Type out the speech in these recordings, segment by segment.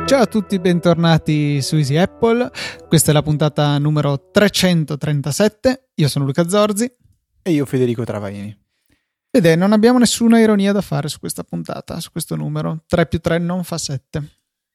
Ciao a tutti, bentornati su Easy Apple. Questa è la puntata numero 337. Io sono Luca Zorzi. E io Federico Travaini. Ed non abbiamo nessuna ironia da fare su questa puntata, su questo numero. 3 più 3 non fa 7.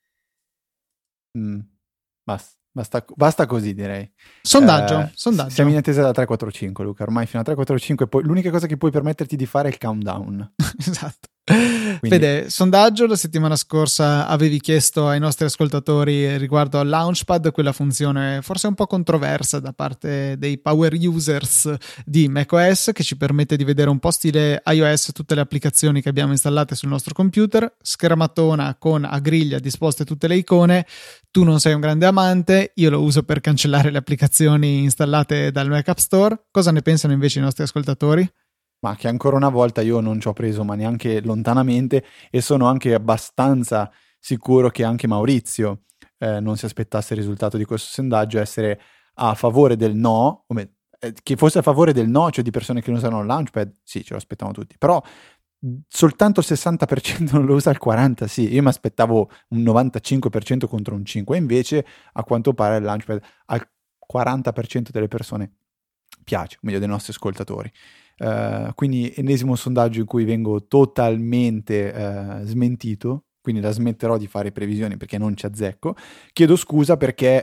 Basta così, direi. Sondaggio. Siamo in attesa da 345, Luca. Ormai fino a 345 poi l'unica cosa che puoi permetterti di fare è il countdown. Esatto. Quindi... Fede, sondaggio, la settimana scorsa avevi chiesto ai nostri ascoltatori riguardo al Launchpad, quella funzione forse un po' controversa da parte dei power users di macOS, che ci permette di vedere un po' stile iOS tutte le applicazioni che abbiamo installate sul nostro computer, schermatona con a griglia disposte tutte le icone. Tu non sei un grande amante, io lo uso per cancellare le applicazioni installate dal Mac App Store. Cosa ne pensano invece i nostri ascoltatori? Ma che ancora una volta io non ci ho preso, ma neanche lontanamente, e sono anche abbastanza sicuro che anche Maurizio non si aspettasse il risultato di questo sondaggio, essere a favore del no, che fosse a favore del no, cioè di persone che non usano il Launchpad, sì, ce lo aspettavamo tutti, però soltanto il 60% non lo usa, il 40% sì. Io mi aspettavo un 95% contro un 5%, e invece a quanto pare il Launchpad al 40% delle persone piace, o meglio dei nostri ascoltatori. Quindi ennesimo sondaggio in cui vengo totalmente smentito, quindi la smetterò di fare previsioni perché non ci azzecco. Chiedo scusa perché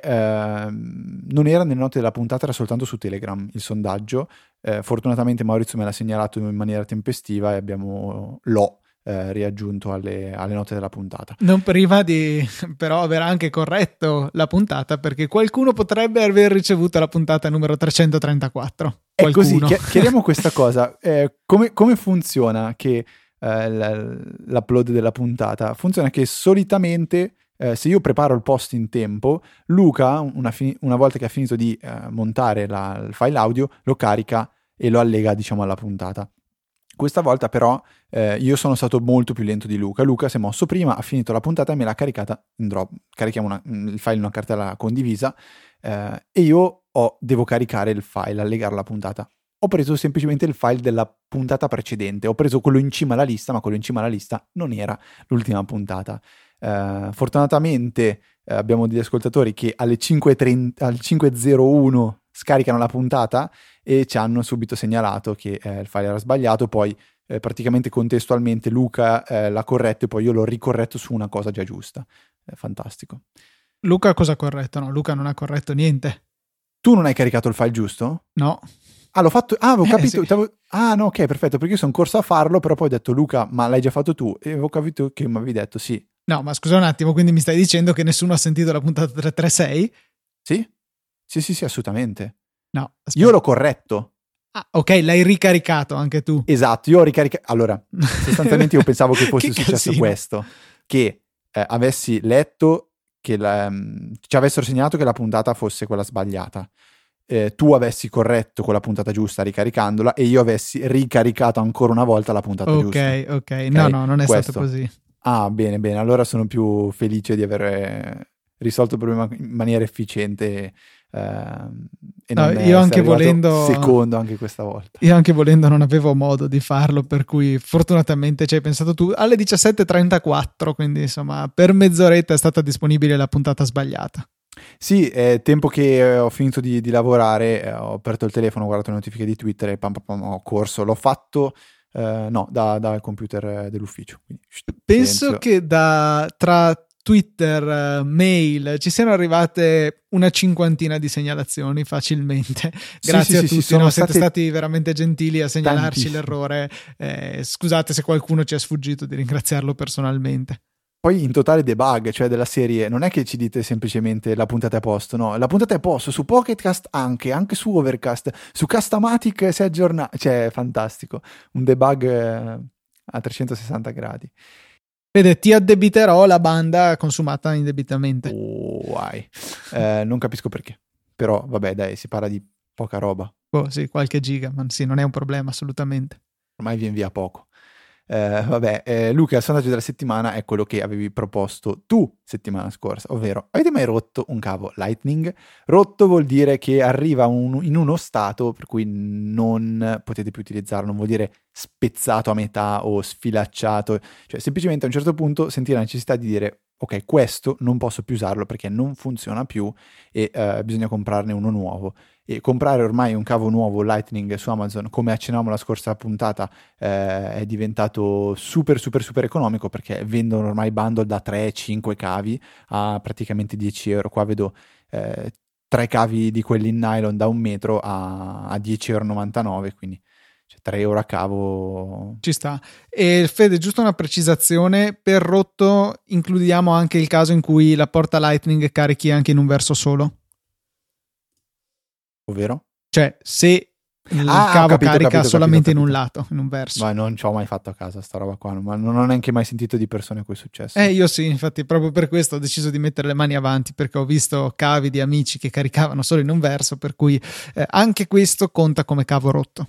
non era nelle note della puntata, era soltanto su Telegram il sondaggio. Fortunatamente Maurizio me l'ha segnalato in maniera tempestiva e l'ho riaggiunto alle note della puntata. Non prima di però aver anche corretto la puntata, perché qualcuno potrebbe aver ricevuto la puntata numero 334. È così, chiariamo questa cosa. Come funziona che l'upload della puntata? Funziona che solitamente se io preparo il post in tempo, Luca una volta che ha finito di montare il file audio lo carica e lo allega, diciamo, alla puntata. Questa volta però io sono stato molto più lento di Luca. Luca si è mosso prima, ha finito la puntata e me l'ha caricata in Drop. Carichiamo il file in una cartella condivisa e io devo caricare il file, allegare la puntata. Ho preso semplicemente il file della puntata precedente, ho preso quello in cima alla lista, ma quello in cima alla lista non era l'ultima puntata. Fortunatamente abbiamo degli ascoltatori che alle 5:01 scaricano la puntata e ci hanno subito segnalato che il file era sbagliato. Poi praticamente contestualmente Luca l'ha corretto e poi io l'ho ricorretto su una cosa già giusta. Fantastico. Luca cosa ha corretto? No, Luca non ha corretto niente. Tu non hai caricato il file giusto? No. Ah, l'ho fatto. Ah, avevo capito. Sì. Ah, no, ok, perfetto, perché io sono corso a farlo, però poi ho detto Luca, ma l'hai già fatto tu? E avevo capito che mi avevi detto sì. No, ma scusa un attimo, quindi mi stai dicendo che nessuno ha sentito la puntata 336? Sì? Sì, assolutamente. No, aspetta. Io l'ho corretto. Ah, ok, l'hai ricaricato anche tu. Esatto, io ho ricaricato. Allora, sostanzialmente io pensavo che fosse successo casino. questo, che avessi letto che ci avessero segnalato che la puntata fosse quella sbagliata. Tu avessi corretto con la puntata giusta ricaricandola e io avessi ricaricato ancora una volta la puntata giusta. Ok. No, non è Questo. stato così. Ah, bene, allora sono più felice di aver risolto il problema in maniera efficiente e non io anche volendo secondo anche questa volta. Io anche volendo non avevo modo di farlo, per cui fortunatamente ci hai pensato tu alle 17:34, quindi insomma per mezz'oretta è stata disponibile la puntata sbagliata. Sì, è tempo che ho finito di lavorare, ho aperto il telefono, ho guardato le notifiche di Twitter e pam, ho corso, l'ho fatto dal computer dell'ufficio. Quindi, penso che tra Twitter, mail, ci siano arrivate una 50 di segnalazioni facilmente. Grazie a tutti, siete stati veramente gentili a segnalarci l'errore. Scusate se qualcuno ci è sfuggito, di ringraziarlo personalmente. Poi in totale debug, cioè della serie, non è che ci dite semplicemente la puntata è a posto, no, la puntata è a posto, su Pocketcast anche su Overcast, su Castamatic si è aggiornato, cioè è fantastico, un debug a 360 gradi. Vede, ti addebiterò la banda consumata indebitamente. Non capisco perché, però vabbè dai, si parla di poca roba. Sì, qualche giga, ma sì, non è un problema assolutamente. Ormai viene via poco. Luca, il sondaggio della settimana è quello che avevi proposto tu settimana scorsa, ovvero avete mai rotto un cavo Lightning? Rotto vuol dire che arriva in uno stato per cui non potete più utilizzarlo, non vuol dire spezzato a metà o sfilacciato, cioè semplicemente a un certo punto sentire la necessità di dire ok, questo non posso più usarlo perché non funziona più e bisogna comprarne uno nuovo. E comprare ormai un cavo nuovo Lightning su Amazon, come accennavamo la scorsa puntata, è diventato super super super economico, perché vendono ormai bundle da 3-5 cavi a praticamente 10 euro. Qua vedo 3 cavi di quelli in nylon da 1 metro a 10,99 euro, quindi 3 euro a cavo. Ci sta. E Fede, giusto una precisazione: per rotto includiamo anche il caso in cui la porta Lightning carichi anche in un verso solo? Ovvero? Cioè, se il Ho cavo capito, carica solamente in un capito. lato, in un verso. Ma non ci ho mai fatto a casa sta roba qua, ma non ho neanche mai sentito di persone a cui è successo. Io sì, infatti proprio per questo ho deciso di mettere le mani avanti, perché ho visto cavi di amici che caricavano solo in un verso, per cui anche questo conta come cavo rotto.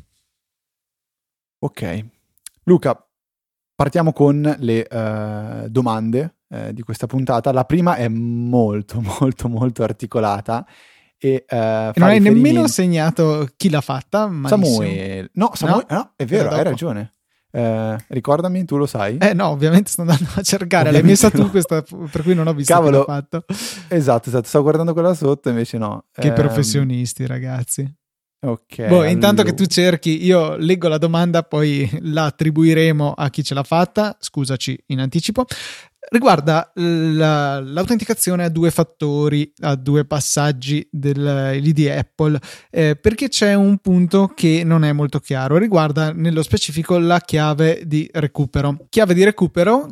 Ok. Luca, partiamo con le domande di questa puntata. La prima è molto molto molto articolata e E non hai nemmeno segnato chi l'ha fatta? Samuele. No, Samuele, no, è vero, Era hai dopo. ragione. Ricordami, tu lo sai? No, ovviamente sto andando a cercare. Ovviamente L'hai messa tu no. questa, per cui non ho visto Cavolo, chi l'ha fatto. Esatto, stavo guardando quella sotto, invece no. Che professionisti, ragazzi. Ok, Intanto che allora. tu cerchi, io leggo la domanda, poi la attribuiremo a chi ce l'ha fatta. Scusaci in anticipo. Riguarda l'autenticazione a 2 fattori, a 2 passaggi dell'ID Apple, perché c'è un punto che non è molto chiaro. Riguarda nello specifico la chiave di recupero. Chiave di recupero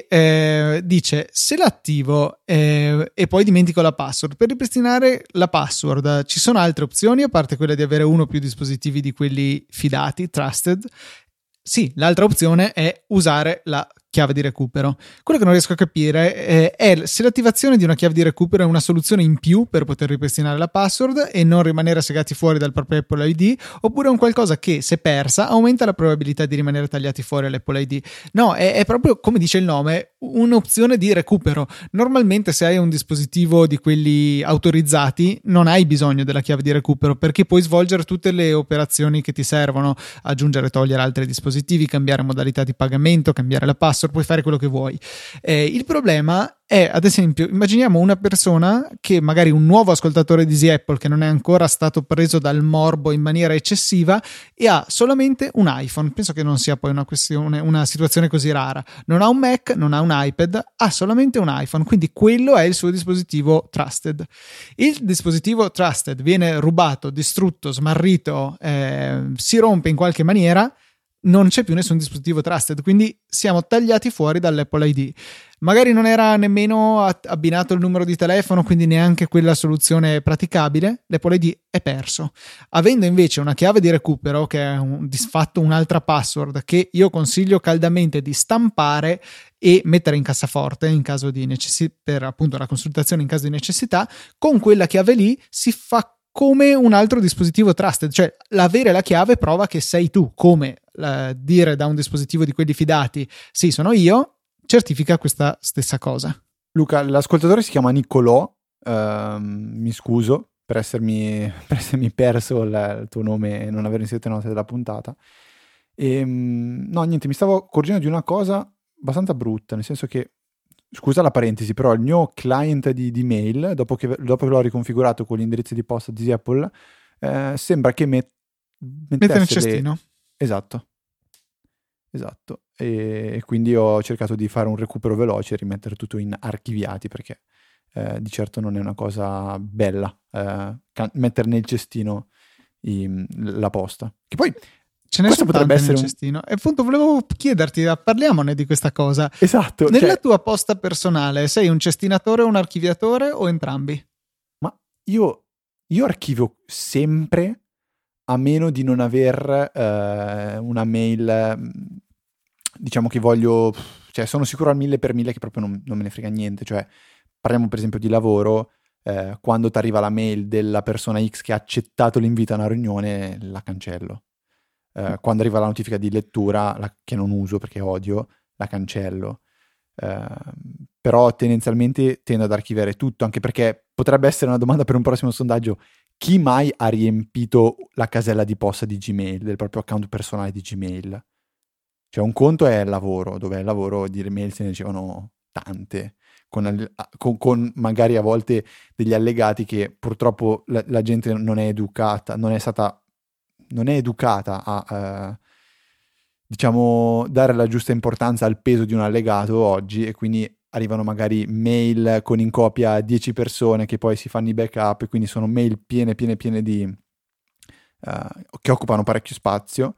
che dice: se l'attivo e poi dimentico la password, per ripristinare la password ci sono altre opzioni a parte quella di avere uno o più dispositivi di quelli fidati, trusted? Sì, l'altra opzione è usare la chiave di recupero. Quello che non riesco a capire è se l'attivazione di una chiave di recupero è una soluzione in più per poter ripristinare la password e non rimanere segati fuori dal proprio Apple ID, oppure è un qualcosa che, se persa, aumenta la probabilità di rimanere tagliati fuori all'Apple ID. No, è proprio, come dice il nome, un'opzione di recupero. Normalmente, se hai un dispositivo di quelli autorizzati, non hai bisogno della chiave di recupero, perché puoi svolgere tutte le operazioni che ti servono: aggiungere e togliere altri dispositivi, cambiare modalità di pagamento, cambiare la password, puoi fare quello che vuoi. Il problema è, ad esempio, immaginiamo una persona che magari un nuovo ascoltatore di Easy Apple, che non è ancora stato preso dal morbo in maniera eccessiva e ha solamente un iPhone. Penso che non sia poi una situazione così rara. Non ha un Mac, non ha un iPad, ha solamente un iPhone, quindi quello è il suo dispositivo trusted. Il dispositivo trusted viene rubato, distrutto, smarrito, si rompe in qualche maniera, non c'è più nessun dispositivo trusted, quindi siamo tagliati fuori dall'Apple ID. Magari non era nemmeno abbinato il numero di telefono, quindi neanche quella soluzione praticabile. L'Apple ID è perso. Avendo invece una chiave di recupero, che è di fatto un'altra password, che io consiglio caldamente di stampare e mettere in cassaforte in caso di necessità, per appunto la consultazione in caso di necessità, con quella chiave lì si fa come un altro dispositivo trusted, cioè l'avere la chiave prova che sei tu, come dire da un dispositivo di quelli fidati sì, sono io, certifica questa stessa cosa. Luca, l'ascoltatore si chiama Niccolò, mi scuso per essermi perso il tuo nome e non aver inserito le note della puntata. No, niente, mi stavo accorgendo di una cosa abbastanza brutta, nel senso che, scusa la parentesi, però il mio client di mail, dopo che l'ho riconfigurato con gli indirizzi di posta di Apple, sembra che Mette mettesse nel cestino. Esatto. E quindi ho cercato di fare un recupero veloce e rimettere tutto in archiviati, perché di certo non è una cosa bella mettere nel cestino la posta. Che poi ce ne sono tante nel cestino. E appunto volevo chiederti, parliamone di questa cosa. Esatto. Nella tua posta personale sei un cestinatore o un archiviatore o entrambi? Ma io archivio sempre, a meno di non aver una mail, diciamo che voglio, cioè sono sicuro al 1000 per 1000 che proprio non me ne frega niente. Cioè, parliamo per esempio di lavoro, quando ti arriva la mail della persona X che ha accettato l'invito a una riunione, la cancello. Quando arriva la notifica di lettura, che non uso perché odio, la cancello. Però tendenzialmente tendo ad archiviare tutto, anche perché potrebbe essere una domanda per un prossimo sondaggio: chi mai ha riempito la casella di posta di Gmail, del proprio account personale di Gmail? Cioè, un conto è il lavoro, dove al lavoro di email se ne dicevano tante, con magari a volte degli allegati che purtroppo la gente non è educata, non è educata a diciamo dare la giusta importanza al peso di un allegato oggi, e quindi arrivano magari mail con in copia 10 persone che poi si fanno i backup, e quindi sono mail piene di che occupano parecchio spazio,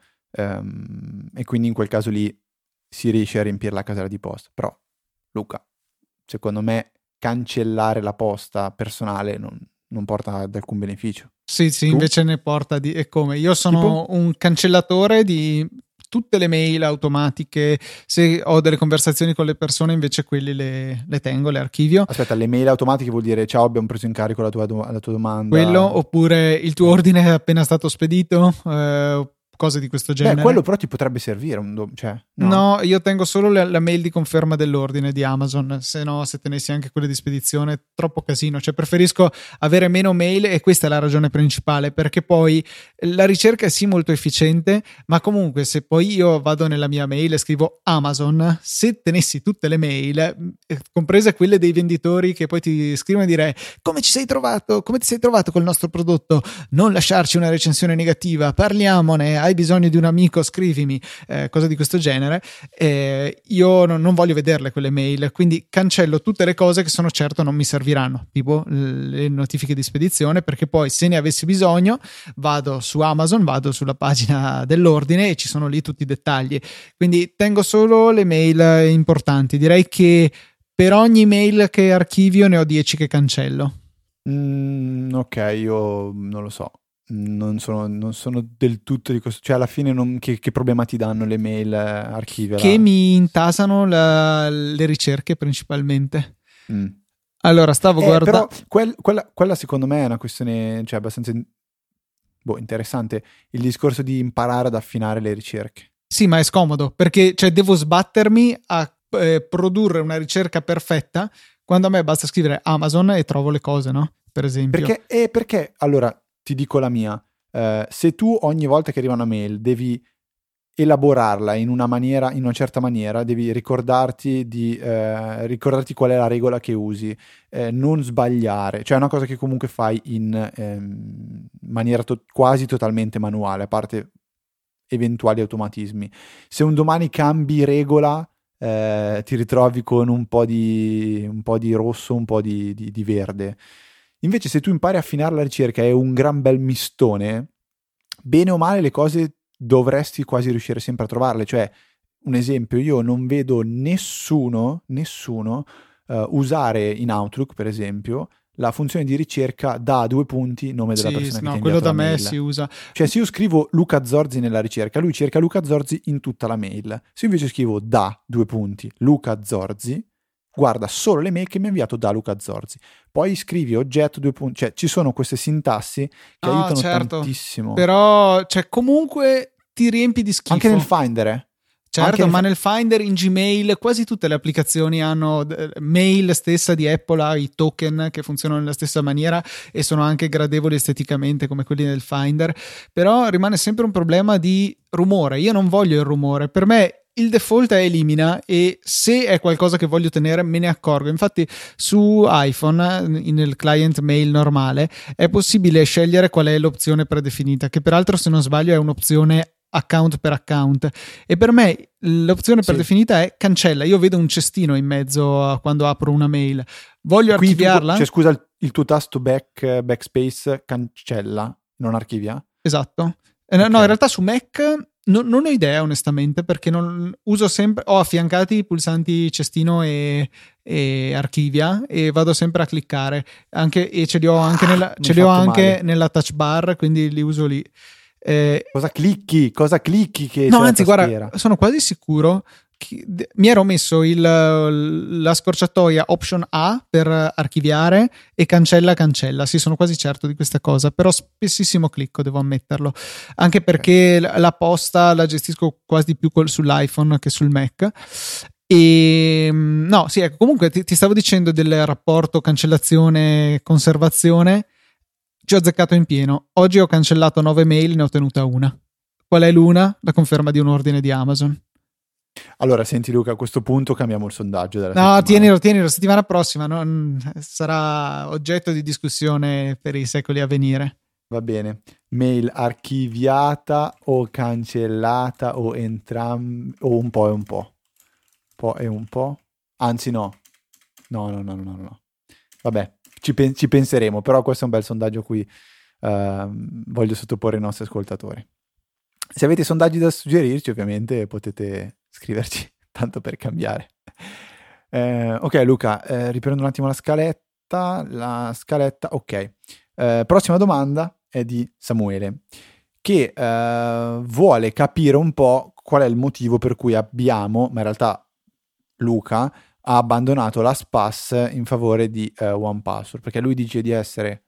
e quindi in quel caso lì si riesce a riempire la casella di posta. Però Luca, secondo me cancellare la posta personale non porta ad alcun beneficio. Sì, Tu? invece ne porta di... E come? Io sono Tipo? un cancellatore di tutte le mail automatiche. Se ho delle conversazioni con le persone, invece quelle le tengo, le archivio. Aspetta, le mail automatiche vuol dire ciao, abbiamo preso in carico la tua domanda. Quello, oppure il tuo ordine è appena stato spedito, cose di questo genere. Quello però ti potrebbe servire, cioè, no? No, io tengo solo la mail di conferma dell'ordine di Amazon, se no, se tenessi anche quelle di spedizione è troppo casino, cioè preferisco avere meno mail, e questa è la ragione principale, perché poi la ricerca è sì molto efficiente, ma comunque se poi io vado nella mia mail e scrivo Amazon, se tenessi tutte le mail, comprese quelle dei venditori che poi ti scrivono e dire come ti sei trovato col nostro prodotto, non lasciarci una recensione negativa, parliamone, hai bisogno di un amico, scrivimi, cose di questo genere, io non voglio vederle quelle mail, quindi cancello tutte le cose che sono certo non mi serviranno, tipo le notifiche di spedizione, perché poi se ne avessi bisogno vado su Amazon, vado sulla pagina dell'ordine e ci sono lì tutti i dettagli, quindi tengo solo le mail importanti. Direi che per ogni mail che archivio ne ho 10 che cancello. Ok, io non lo so. Non sono del tutto di questo, cioè alla fine che problema ti danno le mail archiviala? Che mi intasano le ricerche principalmente. Allora stavo guardando, però quella secondo me è una questione, cioè abbastanza interessante, il discorso di imparare ad affinare le ricerche. Sì, ma è scomodo perché cioè, devo sbattermi a produrre una ricerca perfetta, quando a me basta scrivere Amazon e trovo le cose, no? Per esempio. Perché allora ti dico la mia, se tu ogni volta che arriva una mail devi elaborarla in una certa maniera, devi ricordarti qual è la regola che usi, non sbagliare, cioè è una cosa che comunque fai in maniera quasi totalmente manuale, a parte eventuali automatismi. Se un domani cambi regola, ti ritrovi con un po' di rosso, un po' di verde. Invece se tu impari a affinare la ricerca, è un gran bel mistone, bene o male le cose dovresti quasi riuscire sempre a trovarle. Cioè, un esempio, io non vedo nessuno usare in Outlook, per esempio, la funzione di ricerca da 2 punti nome della persona che ti ha quello inviato da la me mail. si usa. Cioè, se io scrivo Luca Zorzi nella ricerca, lui cerca Luca Zorzi in tutta la mail. Se io invece scrivo da 2 punti Luca Zorzi, guarda solo le mail che mi ha inviato da Luca Zorzi. Poi scrivi oggetto 2 punti, cioè ci sono queste sintassi che aiutano tantissimo. Però, cioè, comunque ti riempi di schifo. Anche nel Finder, Certo, ma nel Finder, in Gmail, quasi tutte le applicazioni hanno mail stessa di Apple, ha i token che funzionano nella stessa maniera e sono anche gradevoli esteticamente come quelli del Finder, però rimane sempre un problema di rumore. Io non voglio il rumore, per me il default è elimina, e se è qualcosa che voglio tenere me ne accorgo. Infatti su iPhone, nel client mail normale, è possibile scegliere qual è l'opzione predefinita, che peraltro se non sbaglio è un'opzione account per account, e per me l'opzione predefinita è cancella. Io vedo un cestino in mezzo quando apro una mail, voglio archiviarla, cioè scusa, il tuo tasto backspace cancella, non archivia? Esatto. No, in realtà su Mac non ho idea onestamente, perché non uso sempre, ho affiancati i pulsanti cestino e archivia, e vado sempre a cliccare anche, e ce li ho anche nella touch bar, quindi li uso lì. Cosa clicchi che no, anzi guarda, sono quasi sicuro che mi ero messo la scorciatoia Option A per archiviare e cancella, sì, sono quasi certo di questa cosa, però spessissimo clicco, devo ammetterlo, anche perché la posta la gestisco quasi più sull'iPhone che sul Mac. E no, sì, ecco, comunque ti stavo dicendo del rapporto cancellazione conservazione. Ci ho azzeccato in pieno. Oggi ho cancellato 9 mail, ne ho tenuta una. Qual è l'una? La conferma di un ordine di Amazon. Allora, senti Luca, a questo punto cambiamo il sondaggio della No, settimana. tienilo, settimana prossima sarà oggetto di discussione per i secoli a venire. Va bene. Mail archiviata o cancellata o entrambi o un po' e un po'. Un po' e un po'. Anzi no. No. Vabbè, ci penseremo, però questo è un bel sondaggio a cui voglio sottoporre i nostri ascoltatori. Se avete sondaggi da suggerirci, ovviamente potete scriverci, tanto per cambiare. Ok Luca, riprendo un attimo la scaletta. Ok. Prossima domanda è di Samuele, che vuole capire un po' qual è il motivo per cui abbiamo, ma in realtà Luca ha abbandonato LastPass in favore di 1Password, perché lui dice di essere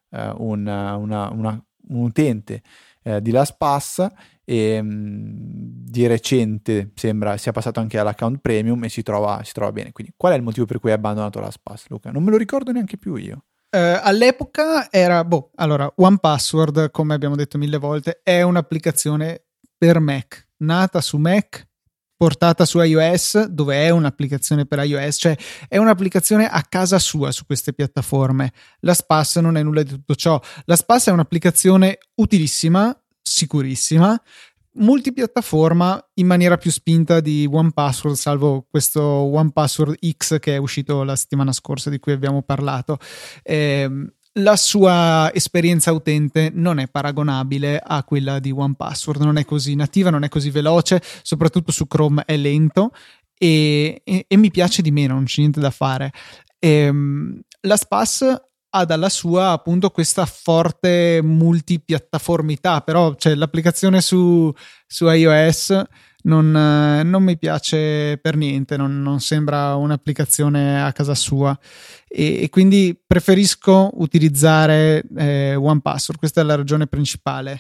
un utente di LastPass e di recente sembra sia passato anche all'account premium e si trova bene. Quindi qual è il motivo per cui hai abbandonato LastPass, Luca? Non me lo ricordo neanche più io. All'epoca era, allora, 1Password, come abbiamo detto 1000 volte, è un'applicazione per Mac, nata su Mac, portata su iOS, dove è un'applicazione per iOS, cioè è un'applicazione a casa sua su queste piattaforme. LastPass non è nulla di tutto ciò. LastPass è un'applicazione utilissima, sicurissima, multipiattaforma in maniera più spinta di 1Password, salvo questo 1Password X che è uscito la settimana scorsa, di cui abbiamo parlato. La sua esperienza utente non è paragonabile a quella di 1Password, non è così nativa, non è così veloce, soprattutto su Chrome è lento e mi piace di meno, non c'è niente da fare. LastPass ha dalla sua appunto questa forte multipiattaformità, però cioè, l'applicazione su iOS non mi piace per niente, non sembra un'applicazione a casa sua e quindi preferisco utilizzare 1Password, questa è la ragione principale.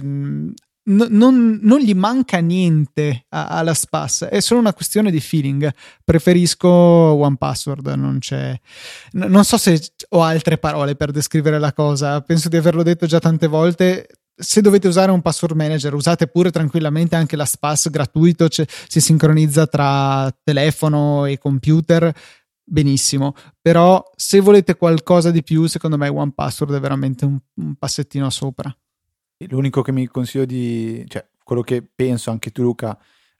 Non gli manca niente alla LastPass, è solo una questione di feeling. Preferisco 1Password, non so se ho altre parole per descrivere la cosa, penso di averlo detto già tante volte. Se dovete usare un password manager, usate pure tranquillamente anche LastPass gratuito, si sincronizza tra telefono e computer benissimo, però se volete qualcosa di più, secondo me 1Password è veramente un passettino sopra. L'unico che mi consiglio cioè quello che penso anche tu Luca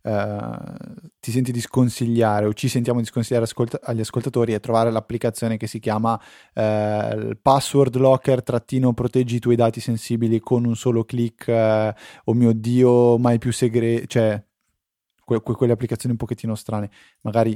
ti senti di sconsigliare o ci sentiamo di sconsigliare agli ascoltatori è trovare l'applicazione che si chiama Password Locker proteggi i tuoi dati sensibili con un solo click, oh mio Dio, mai più segreti, cioè quelle applicazioni un pochettino strane, magari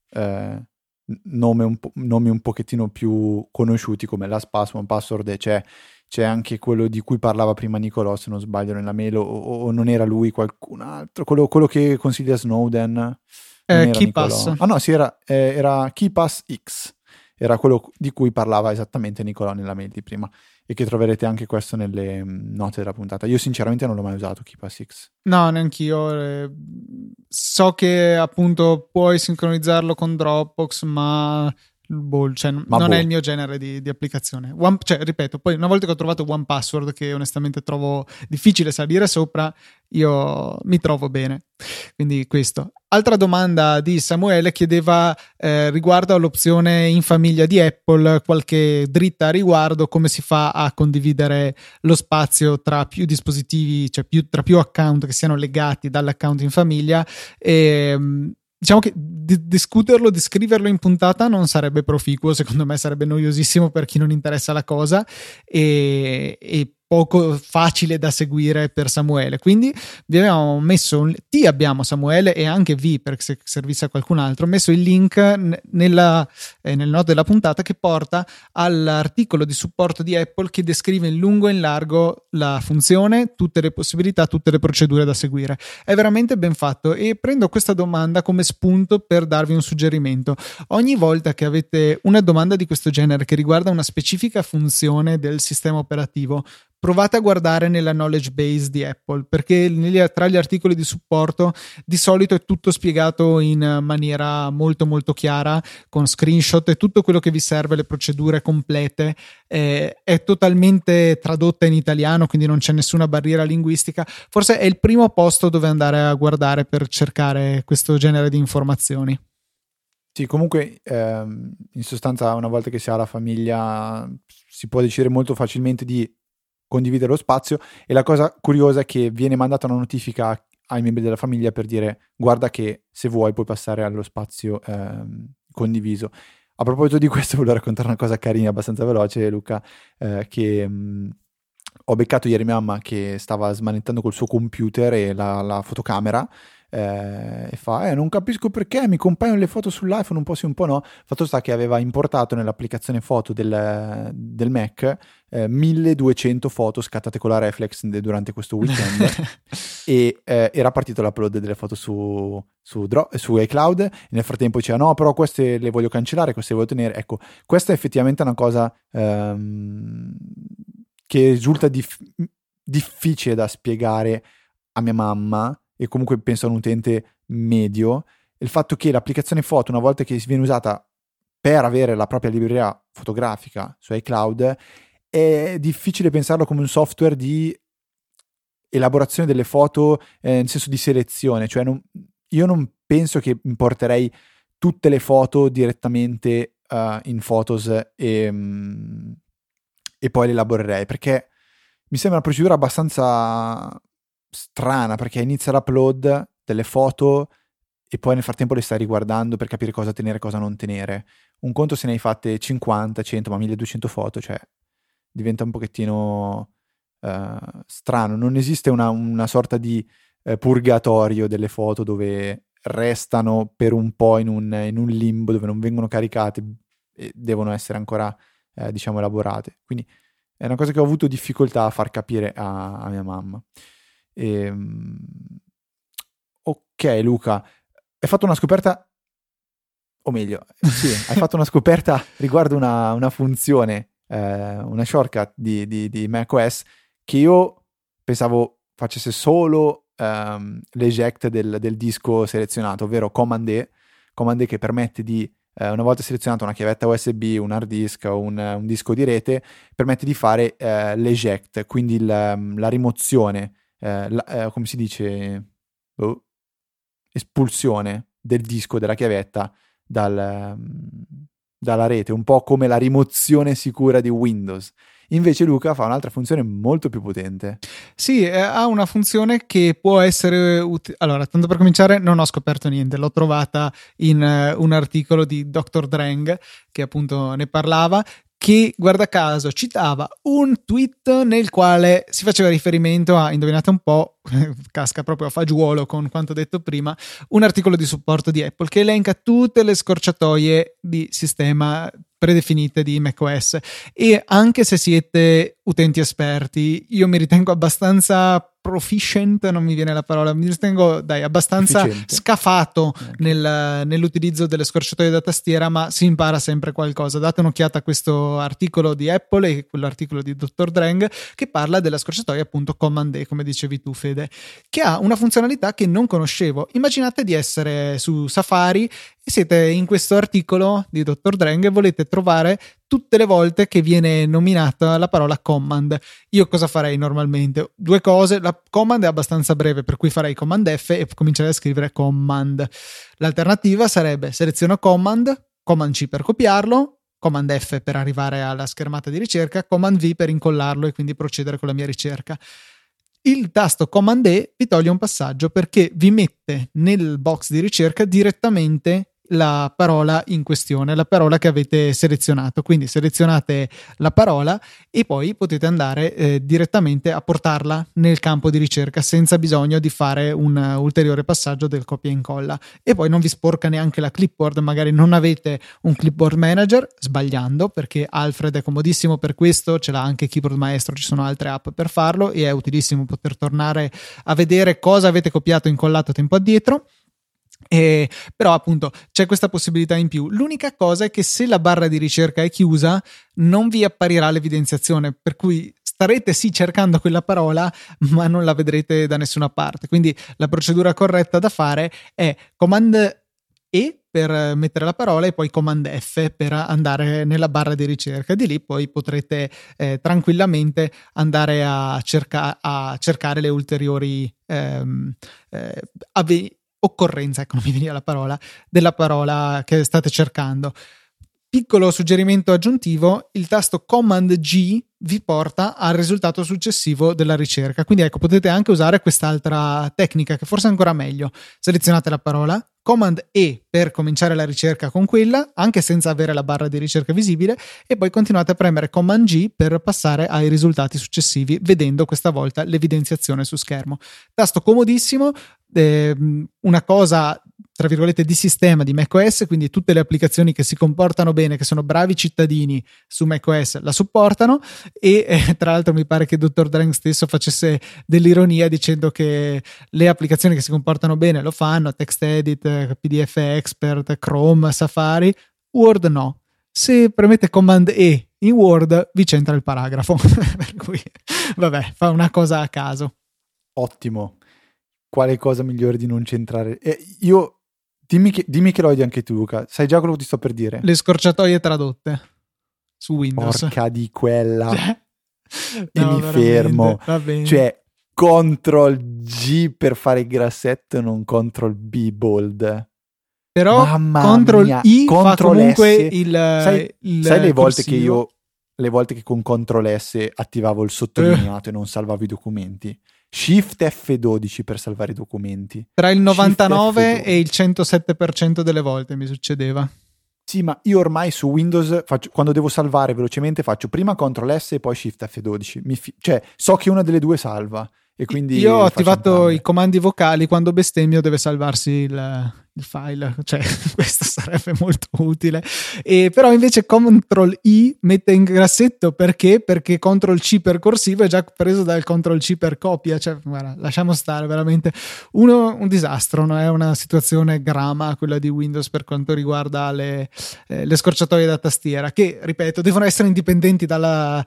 nomi un pochettino più conosciuti come LastPass, 1Password, e c'è anche quello di cui parlava prima Nicolò, se non sbaglio, nella mail, o non era lui, qualcun altro, quello che consiglia Snowden, non era KeePass. Nicolò. Ah no, sì, era KeePass X, era quello di cui parlava esattamente Nicolò nella mail di prima, e che troverete anche questo nelle note della puntata. Io sinceramente non l'ho mai usato, KeePass X. No, neanch'io. So che appunto puoi sincronizzarlo con Dropbox, ma non è il mio genere di applicazione. Ripeto, poi una volta che ho trovato 1Password, che onestamente trovo difficile salire sopra, io mi trovo bene. Quindi questo. Altra domanda di Samuele chiedeva riguardo all'opzione in famiglia di Apple, qualche dritta a riguardo, come si fa a condividere lo spazio tra più dispositivi, cioè tra più account che siano legati dall'account in famiglia. Diciamo che discuterlo, descriverlo in puntata non sarebbe proficuo, secondo me sarebbe noiosissimo per chi non interessa la cosa e poco facile da seguire per Samuele, quindi vi abbiamo messo ti abbiamo Samuele e anche vi, perché se servisse a qualcun altro, messo il link nel note della puntata che porta all'articolo di supporto di Apple che descrive in lungo e in largo la funzione, tutte le possibilità, tutte le procedure da seguire. È veramente ben fatto e prendo questa domanda come spunto per darvi un suggerimento. Ogni volta che avete una domanda di questo genere che riguarda una specifica funzione del sistema operativo, provate a guardare nella knowledge base di Apple, perché tra gli articoli di supporto di solito è tutto spiegato in maniera molto molto chiara, con screenshot e tutto quello che vi serve, le procedure complete, è totalmente tradotta in italiano, quindi non c'è nessuna barriera linguistica. Forse è il primo posto dove andare a guardare per cercare questo genere di informazioni. Sì, comunque in sostanza una volta che si ha la famiglia si può decidere molto facilmente di condividere lo spazio, e la cosa curiosa è che viene mandata una notifica ai membri della famiglia per dire guarda che se vuoi puoi passare allo spazio condiviso. A proposito di questo volevo raccontare una cosa carina, abbastanza veloce, Luca, che ho beccato ieri mia mamma che stava smanettando col suo computer e la fotocamera, e fa non capisco perché mi compaiono le foto sull'iPhone un po' sì un po' no. Fatto sta che aveva importato nell'applicazione foto del Mac 1200 foto scattate con la reflex durante questo weekend e era partito l'upload delle foto su iCloud, e nel frattempo diceva no però queste le voglio cancellare, queste le voglio tenere. Ecco, questa è effettivamente una cosa che risulta difficile da spiegare a mia mamma, e comunque penso a un utente medio, il fatto che l'applicazione foto, una volta che viene usata per avere la propria libreria fotografica su iCloud, è difficile pensarlo come un software di elaborazione delle foto, nel senso di selezione. Cioè io non penso che importerei tutte le foto direttamente in Photos e poi le elaborerei, perché mi sembra una procedura abbastanza strana, perché inizia l'upload delle foto e poi nel frattempo le stai riguardando per capire cosa tenere e cosa non tenere. Un conto se ne hai fatte 50, 100, ma 1200 foto, cioè diventa un pochettino strano. Non esiste una sorta di purgatorio delle foto dove restano per un po' in un limbo dove non vengono caricate e devono essere ancora diciamo elaborate. Quindi è una cosa che ho avuto difficoltà a far capire a mia mamma. Ok Luca, hai fatto una scoperta, o meglio, sì, hai fatto una scoperta riguardo una funzione, una shortcut di macOS che io pensavo facesse solo l'eject del disco selezionato, ovvero Command E che permette di, una volta selezionata una chiavetta USB, un hard disk o un disco di rete, permette di fare l'eject, quindi la rimozione, come si dice, espulsione del disco, della chiavetta dalla rete, un po' come la rimozione sicura di Windows. Invece Luca fa un'altra funzione molto più potente. Sì, ha una funzione che può essere allora, tanto per cominciare, non ho scoperto niente, l'ho trovata in un articolo di Dr. Drang che appunto ne parlava, che guarda caso citava un tweet nel quale si faceva riferimento a, indovinate un po', casca proprio a fagiolo con quanto detto prima, un articolo di supporto di Apple che elenca tutte le scorciatoie di sistema predefinite di macOS. E anche se siete utenti esperti, io mi ritengo abbastanza proficient, non mi viene la parola, mi ritengo abbastanza efficiente, scafato nell'utilizzo delle scorciatoie da tastiera, ma si impara sempre qualcosa. Date un'occhiata a questo articolo di Apple e quell'articolo di Dr. Drang che parla della scorciatoia appunto Command E, come dicevi tu Fede, che ha una funzionalità che non conoscevo. Immaginate di essere su Safari e siete in questo articolo di Dr. Drang e volete trovare tutte le volte che viene nominata la parola command. Io cosa farei normalmente? Due cose: la command è abbastanza breve, per cui farei command F e comincerei a scrivere command. L'alternativa sarebbe seleziono command C per copiarlo, command F per arrivare alla schermata di ricerca, command V per incollarlo e quindi procedere con la mia ricerca. Il tasto Command E vi toglie un passaggio perché vi mette nel box di ricerca direttamente la parola in questione, la parola che avete selezionato. Quindi selezionate la parola e poi potete andare direttamente a portarla nel campo di ricerca senza bisogno di fare un ulteriore passaggio del copia e incolla. E poi non vi sporca neanche la clipboard. Magari non avete un clipboard manager, sbagliando, perché Alfred è comodissimo per questo, ce l'ha anche Keyboard Maestro, ci sono altre app per farlo e è utilissimo poter tornare a vedere cosa avete copiato e incollato tempo addietro. Però appunto c'è questa possibilità in più. L'unica cosa è che se la barra di ricerca è chiusa non vi apparirà l'evidenziazione, per cui starete sì cercando quella parola, ma non la vedrete da nessuna parte. Quindi la procedura corretta da fare è Command E per mettere la parola e poi Command F per andare nella barra di ricerca. Di lì poi potrete tranquillamente andare a cercare le ulteriori occorrenza, ecco, non mi veniva la parola, della parola che state cercando. Piccolo suggerimento aggiuntivo: il tasto Command G vi porta al risultato successivo della ricerca. Quindi ecco, potete anche usare quest'altra tecnica che forse è ancora meglio. Selezionate la parola, Command E per cominciare la ricerca con quella, anche senza avere la barra di ricerca visibile, e poi continuate a premere Command G per passare ai risultati successivi, vedendo questa volta l'evidenziazione su schermo. Tasto comodissimo, una cosa tra virgolette di sistema di macOS, quindi tutte le applicazioni che si comportano bene, che sono bravi cittadini su macOS, la supportano. E tra l'altro mi pare che Dr. Drang stesso facesse dell'ironia dicendo che le applicazioni che si comportano bene lo fanno: TextEdit, PDF Expert, Chrome, Safari. Word no. Se premete Command E in Word vi c'entra il paragrafo. Per cui vabbè, fa una cosa a caso. Ottimo. Quale cosa migliore di non centrare? Io dimmi che lo vedi anche tu, Luca. Sai già quello che ti sto per dire? Le scorciatoie tradotte su Windows. Porca di quella. E No, mi fermo. Va bene. Cioè, Ctrl G per fare il grassetto, non Ctrl B bold. Però Mamma Ctrl mia. I fa Ctrl comunque S. il Sai le volte corsivo? che io, le volte che con Ctrl S attivavo il sottolineato e non salvavo i documenti? Shift F12 per salvare i documenti. Tra il 99 F12. e il 107% delle volte mi succedeva. Sì, ma io ormai su Windows quando devo salvare velocemente faccio prima Ctrl S e poi Shift F12. Cioè, so che una delle due salva. E quindi io ho attivato entrambe. i comandi vocali: quando bestemmio deve salvarsi il file, cioè questo sarebbe molto utile. E però invece Ctrl I mette in grassetto perché Ctrl C per corsivo è già preso dal Ctrl C per copia. Cioè, guarda, lasciamo stare, veramente un disastro. Non è una situazione grama quella di Windows per quanto riguarda le scorciatoie da tastiera, che ripeto devono essere indipendenti dalla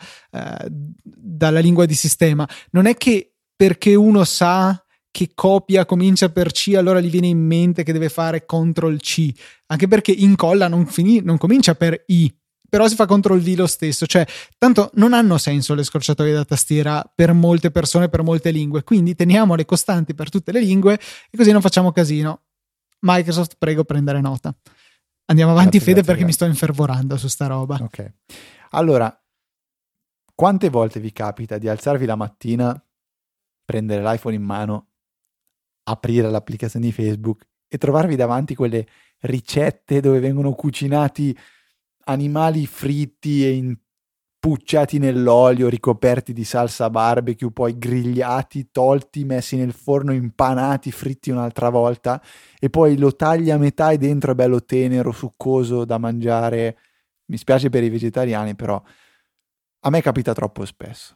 lingua di sistema. Non è che perché uno sa che copia comincia per C, allora gli viene in mente che deve fare Ctrl C, anche perché incolla non comincia per I, però si fa Ctrl V lo stesso. Cioè, tanto non hanno senso le scorciatoie da tastiera per molte persone, per molte lingue, quindi teniamole costanti per tutte le lingue e così non facciamo casino. Microsoft, prego prendere nota. Andiamo avanti, Grazie, Fede, perché grazie. mi sto infervorando su sta roba. Ok. Allora, quante volte vi capita di alzarvi la mattina, prendere l'iPhone in mano, aprire l'applicazione di Facebook e trovarvi davanti quelle ricette dove vengono cucinati animali fritti e impucciati nell'olio, ricoperti di salsa barbecue, poi grigliati, tolti, messi nel forno, impanati, fritti un'altra volta, e poi lo tagli a metà e dentro è bello tenero, succoso da mangiare. Mi spiace per i vegetariani, però a me capita troppo spesso.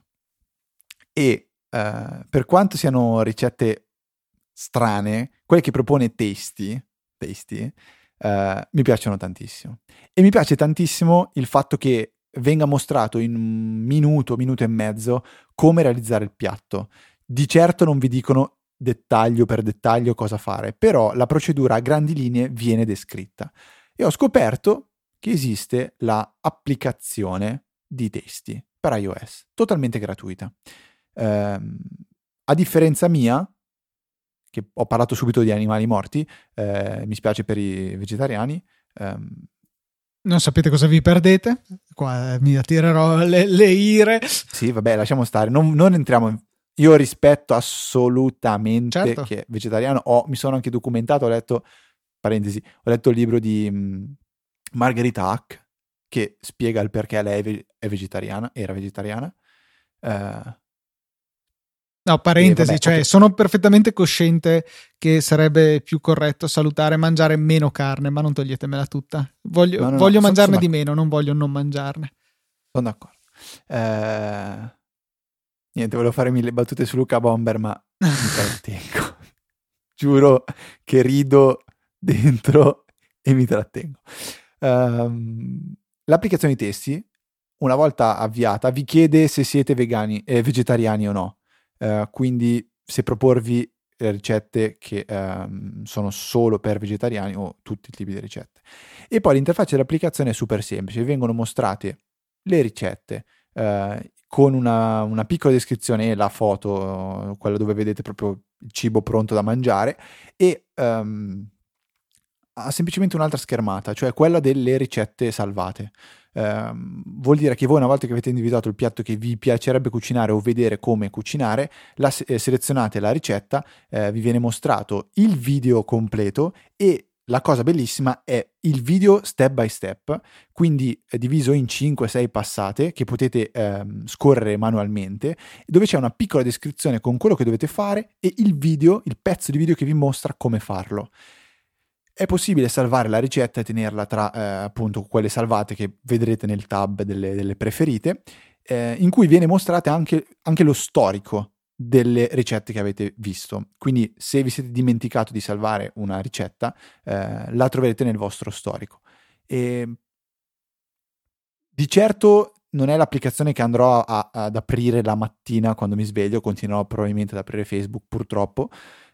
E per quanto siano ricette strane, quelle che propone Tasty mi piacciono tantissimo. E mi piace tantissimo il fatto che venga mostrato in un minuto e mezzo come realizzare il piatto. Di certo non vi dicono dettaglio per dettaglio cosa fare, però la procedura a grandi linee viene descritta. E ho scoperto che esiste la applicazione di Tasty per iOS, totalmente gratuita. A differenza mia, che ho parlato subito di animali morti, mi spiace per i vegetariani. Non sapete cosa vi perdete? Qua mi attirerò le ire. Sì, vabbè, lasciamo stare. Non entriamo in... Io rispetto assolutamente Certo. che è vegetariano. Mi sono anche documentato, ho letto il libro di Margherita Hack, che spiega il perché lei è vegetariana, era vegetariana. No, parentesi, vabbè, cioè okay. sono perfettamente cosciente che sarebbe più corretto salutare e mangiare meno carne, ma non toglietemela tutta. Voglio mangiarne di meno, non voglio non mangiarne. Sono d'accordo. Niente, volevo fare 1000 battute su Luca Bomber, ma mi trattengo. Giuro che rido dentro e mi trattengo. L'applicazione di Tasty, una volta avviata vi chiede se siete vegetariani o no, quindi se proporvi ricette che sono solo per vegetariani o tutti i tipi di ricette. E poi l'interfaccia dell'applicazione è super semplice, vi vengono mostrate le ricette con una piccola descrizione e la foto, quella dove vedete proprio il cibo pronto da mangiare, e ha semplicemente un'altra schermata, cioè quella delle ricette salvate. Vuol dire che voi, una volta che avete individuato il piatto che vi piacerebbe cucinare o vedere come cucinare, selezionate la ricetta, vi viene mostrato il video completo, e la cosa bellissima è il video step by step, quindi è diviso in 5-6 passate che potete scorrere manualmente, dove c'è una piccola descrizione con quello che dovete fare e il pezzo di video che vi mostra come farlo. È possibile salvare la ricetta e tenerla tra appunto quelle salvate che vedrete nel tab delle preferite, in cui viene mostrato anche lo storico delle ricette che avete visto. Quindi se vi siete dimenticato di salvare una ricetta, la troverete nel vostro storico. E di certo non è l'applicazione che andrò ad aprire la mattina quando mi sveglio, continuerò probabilmente ad aprire Facebook purtroppo,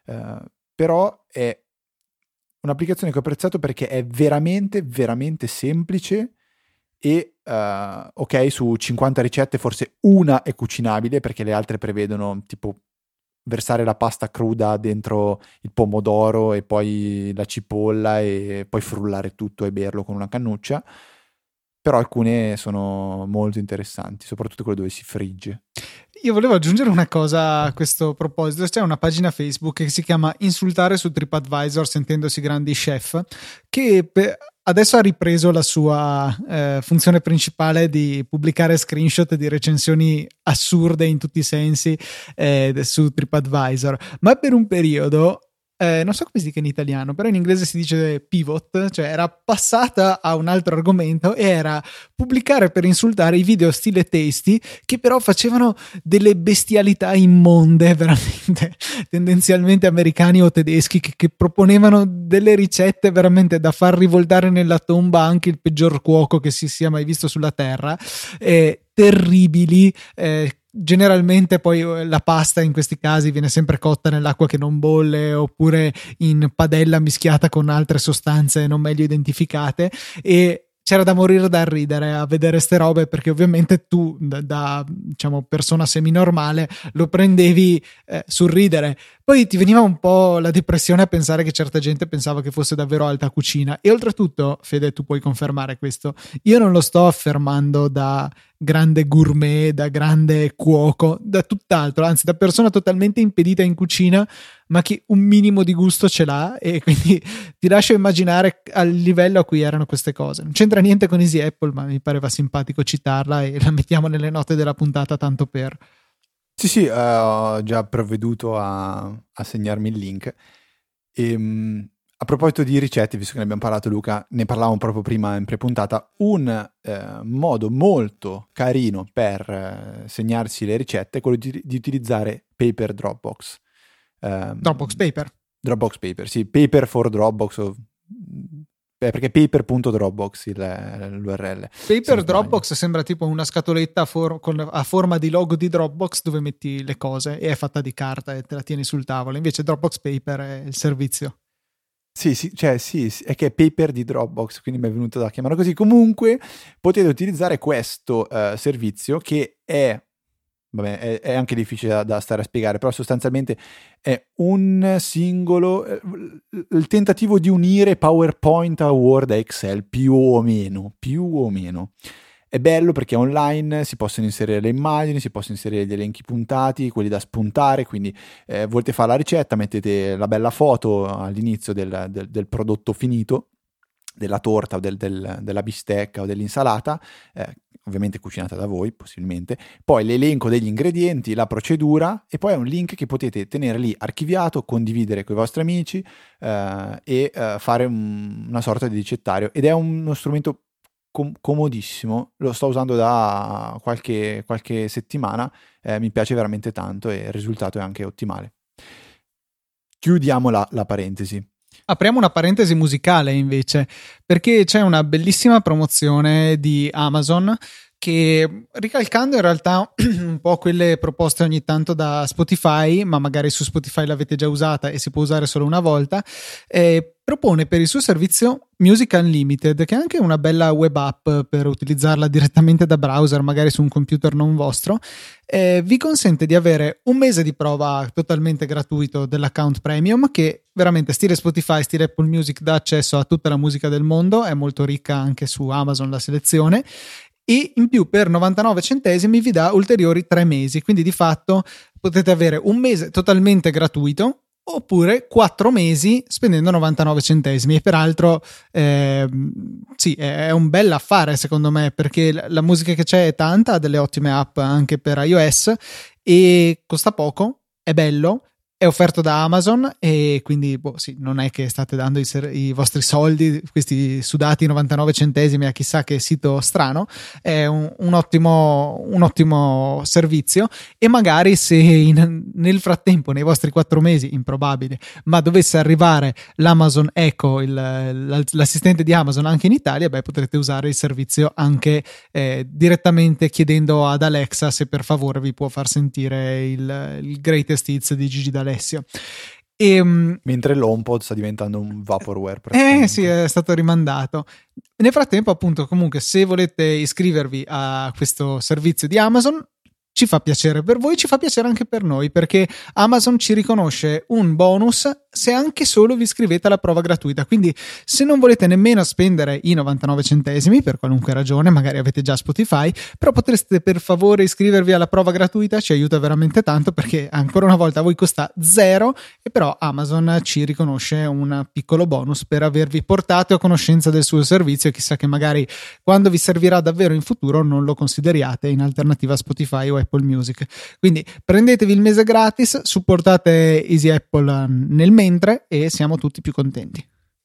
però è un'applicazione che ho apprezzato perché è veramente, veramente semplice e ok, su 50 ricette forse una è cucinabile, perché le altre prevedono tipo versare la pasta cruda dentro il pomodoro e poi la cipolla e poi frullare tutto e berlo con una cannuccia, però alcune sono molto interessanti, soprattutto quelle dove si frigge. Io volevo aggiungere una cosa a questo proposito. C'è una pagina Facebook che si chiama Insultare su TripAdvisor sentendosi grandi chef, che adesso ha ripreso la sua funzione principale di pubblicare screenshot di recensioni assurde in tutti i sensi su TripAdvisor, ma per un periodo non so come si dica in italiano, però in inglese si dice pivot, cioè era passata a un altro argomento e era pubblicare per insultare i video stile Tasty, che però facevano delle bestialità immonde, veramente tendenzialmente americani o tedeschi, che proponevano delle ricette veramente da far rivoltare nella tomba anche il peggior cuoco che si sia mai visto sulla terra, terribili. Generalmente poi la pasta in questi casi viene sempre cotta nell'acqua che non bolle oppure in padella mischiata con altre sostanze non meglio identificate, e c'era da morire da ridere a vedere ste robe, perché ovviamente tu da diciamo persona seminormale lo prendevi sul ridere, poi ti veniva un po' la depressione a pensare che certa gente pensava che fosse davvero alta cucina. E oltretutto, Fede, tu puoi confermare questo, io non lo sto affermando da grande gourmet, da grande cuoco, da tutt'altro, anzi da persona totalmente impedita in cucina ma che un minimo di gusto ce l'ha, e quindi ti lascio immaginare al livello a cui erano queste cose. Non c'entra niente con Easy Apple, ma mi pareva simpatico citarla e la mettiamo nelle note della puntata tanto per. Sì, ho già provveduto a segnarmi il link. A proposito di ricette, visto che ne abbiamo parlato, Luca, ne parlavamo proprio prima in prepuntata, un modo molto carino per segnarsi le ricette è quello di utilizzare Paper Dropbox. Dropbox Paper, sì, Paper for Dropbox, perché paper.dropbox l'URL. Paper Dropbox sembra tipo una scatoletta a forma di logo di Dropbox dove metti le cose, e è fatta di carta e te la tieni sul tavolo, invece Dropbox Paper è il servizio. Sì, è che è Paper di Dropbox, quindi mi è venuto da chiamarlo così. Comunque potete utilizzare questo servizio che è anche difficile da stare a spiegare, però sostanzialmente è un singolo il tentativo di unire PowerPoint a Word e Excel più o meno. È bello perché online si possono inserire le immagini, si possono inserire gli elenchi puntati, quelli da spuntare, quindi volete fare la ricetta, mettete la bella foto all'inizio del prodotto finito, della torta o della bistecca o dell'insalata, ovviamente cucinata da voi possibilmente, poi l'elenco degli ingredienti, la procedura, e poi è un link che potete tenere lì archiviato, condividere con i vostri amici e fare una sorta di ricettario, ed è uno strumento comodissimo. Lo sto usando da qualche settimana, mi piace veramente tanto e il risultato è anche ottimale. Chiudiamo la parentesi. Apriamo una parentesi musicale invece, perché c'è una bellissima promozione di Amazon che, ricalcando in realtà un po' quelle proposte ogni tanto da Spotify, ma magari su Spotify l'avete già usata e si può usare solo una volta, propone per il suo servizio Music Unlimited, che è anche una bella web app per utilizzarla direttamente da browser, magari su un computer non vostro. Vi consente di avere un mese di prova totalmente gratuito dell'account premium, che veramente stile Spotify, stile Apple Music, dà accesso a tutta la musica del mondo, è molto ricca anche su Amazon la selezione, e in più per 99 centesimi vi dà ulteriori 3 mesi, quindi di fatto potete avere un mese totalmente gratuito oppure 4 mesi spendendo 99 centesimi. E peraltro sì, è un bel affare secondo me, perché la musica che c'è è tanta, ha delle ottime app anche per iOS e costa poco, è bello, è offerto da Amazon e quindi sì, non è che state dando i vostri soldi, questi sudati 99 centesimi a chissà che sito strano. È un ottimo servizio, e magari se nel frattempo, nei vostri 4 mesi, improbabile, ma dovesse arrivare l'Amazon Echo, l'assistente di Amazon anche in Italia, potrete usare il servizio anche direttamente chiedendo ad Alexa se per favore vi può far sentire il Greatest Hits di Gigi D'Alessio. Mentre l'HomePod sta diventando un vaporware. Sì, è stato rimandato. Nel frattempo, appunto, comunque, se volete iscrivervi a questo servizio di Amazon, ci fa piacere per voi, ci fa piacere anche per noi, perché Amazon ci riconosce un bonus se anche solo vi iscrivete alla prova gratuita. Quindi se non volete nemmeno spendere i 99 centesimi per qualunque ragione, magari avete già Spotify, però potreste per favore iscrivervi alla prova gratuita, ci aiuta veramente tanto, perché ancora una volta a voi costa 0 e però Amazon ci riconosce un piccolo bonus per avervi portato a conoscenza del suo servizio, e chissà che magari quando vi servirà davvero in futuro non lo consideriate in alternativa a Spotify o Apple Music. Quindi prendetevi il mese gratis, supportate Easy Apple nel mentre e siamo tutti più contenti.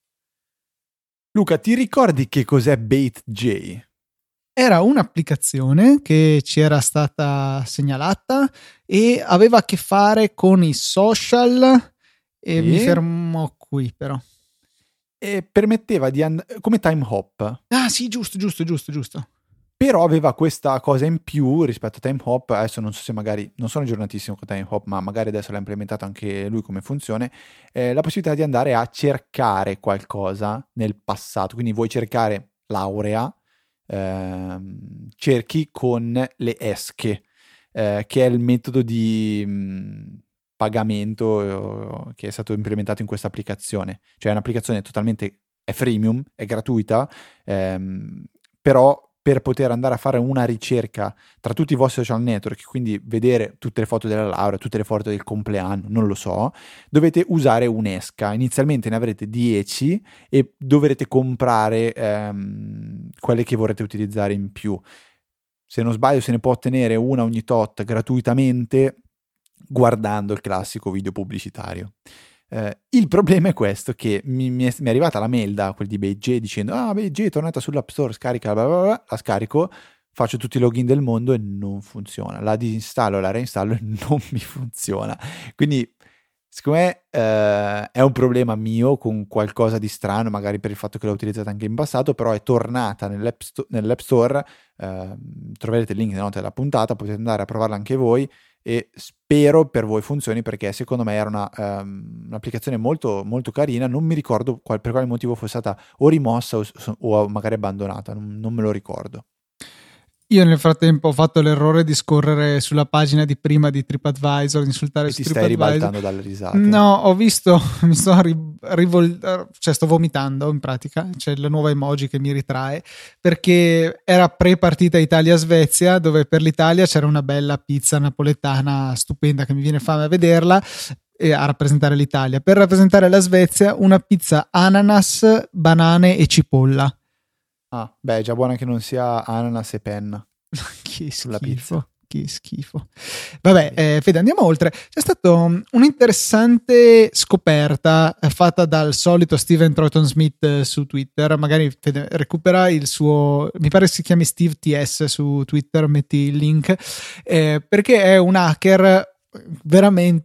Luca, ti ricordi che cos'è BaitJ? Era un'applicazione che ci era stata segnalata e aveva a che fare con i social, e mi fermo qui però. E permetteva di come Time Hop. Ah sì, giusto. Però aveva questa cosa in più rispetto a Time Hop. Adesso non so se magari, non sono aggiornatissimo con Time Hop, ma magari adesso l'ha implementato anche lui come funzione, la possibilità di andare a cercare qualcosa nel passato. Quindi vuoi cercare laurea, cerchi con le esche, che è il metodo di pagamento che è stato implementato in questa applicazione. Cioè è un'applicazione totalmente, è freemium, è gratuita, però per poter andare a fare una ricerca tra tutti i vostri social network, quindi vedere tutte le foto della laurea, tutte le foto del compleanno, non lo so, dovete usare un'esca. Inizialmente ne avrete 10 e dovrete comprare quelle che vorrete utilizzare in più. Se non sbaglio se ne può ottenere una ogni tot gratuitamente guardando il classico video pubblicitario. Il problema è questo, che mi è arrivata la mail da quel di BaitJ dicendo BaitJ è tornata sull'App Store, scarica, bla bla bla. La scarico, faccio tutti i login del mondo e non funziona, la disinstallo, la reinstallo e non mi funziona. Quindi secondo me è un problema mio con qualcosa di strano, magari per il fatto che l'ho utilizzata anche in passato, però è tornata nell'App Store. Troverete il link nelle note della puntata, potete andare a provarla anche voi e spero per voi funzioni, perché secondo me era un'applicazione molto, molto carina. Non mi ricordo per quale motivo fosse stata o rimossa o magari abbandonata, non me lo ricordo. Io nel frattempo ho fatto l'errore di scorrere sulla pagina di prima di TripAdvisor, insultare su TripAdvisor. Ti stai ribaltando dalle risate? No, ho visto, mi sto sto vomitando in pratica, c'è la nuova emoji che mi ritrae, perché era pre-partita Italia-Svezia, dove per l'Italia c'era una bella pizza napoletana stupenda che mi viene fame a vederla, a rappresentare l'Italia. Per rappresentare la Svezia una pizza ananas, banane e cipolla. Beh, è già buona che non sia ananas e penna. Che schifo, che schifo. Vabbè, Fede, andiamo oltre. C'è stata un'interessante scoperta fatta dal solito Steven Troughton Smith su Twitter. Magari Fede recupera il suo, mi pare si chiami Steve TS su Twitter, metti il link, perché è un hacker veramente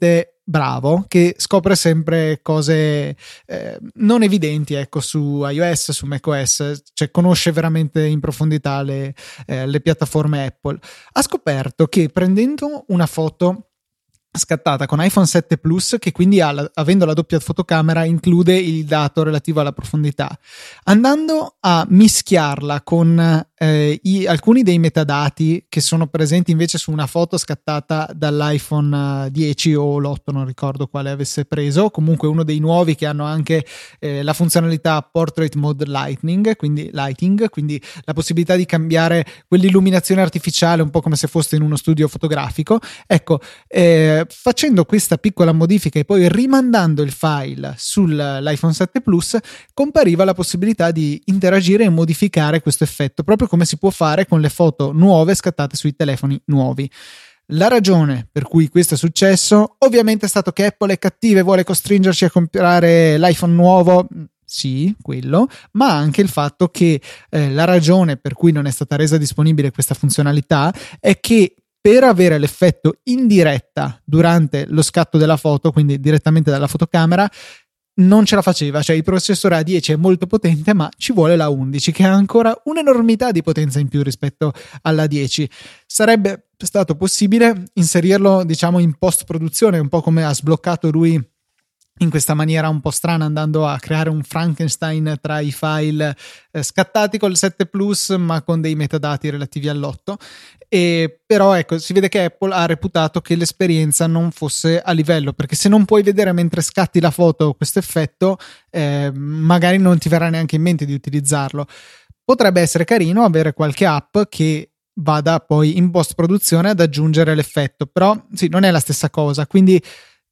bravo che scopre sempre cose non evidenti, ecco, su iOS, su macOS, cioè conosce veramente in profondità le piattaforme Apple. Ha scoperto che prendendo una foto scattata con iPhone 7 Plus, che quindi avendo la doppia fotocamera include il dato relativo alla profondità, andando a mischiarla con alcuni dei metadati che sono presenti invece su una foto scattata dall'iPhone 10 o l'8, non ricordo quale avesse preso, comunque uno dei nuovi che hanno anche la funzionalità Portrait Mode Lighting, quindi la possibilità di cambiare quell'illuminazione artificiale un po' come se foste in uno studio fotografico. Ecco, facendo questa piccola modifica e poi rimandando il file sull'iPhone 7 Plus, compariva la possibilità di interagire e modificare questo effetto, proprio come si può fare con le foto nuove scattate sui telefoni nuovi. La ragione per cui questo è successo ovviamente è stato che Apple è cattiva e vuole costringerci a comprare l'iPhone nuovo. Sì, quello, ma anche il fatto che la ragione per cui non è stata resa disponibile questa funzionalità è che per avere l'effetto in diretta durante lo scatto della foto, quindi direttamente dalla fotocamera, non ce la faceva. Cioè il processore A10 è molto potente, ma ci vuole la 11 che ha ancora un'enormità di potenza in più rispetto alla 10. Sarebbe stato possibile inserirlo, diciamo, in post produzione, un po' come ha sbloccato lui in questa maniera un po' strana, andando a creare un Frankenstein tra i file scattati col 7 Plus ma con dei metadati relativi all'8. E però ecco, si vede che Apple ha reputato che l'esperienza non fosse a livello, perché se non puoi vedere mentre scatti la foto questo effetto, magari non ti verrà neanche in mente di utilizzarlo. Potrebbe essere carino avere qualche app che vada poi in post produzione ad aggiungere l'effetto, però sì, non è la stessa cosa, quindi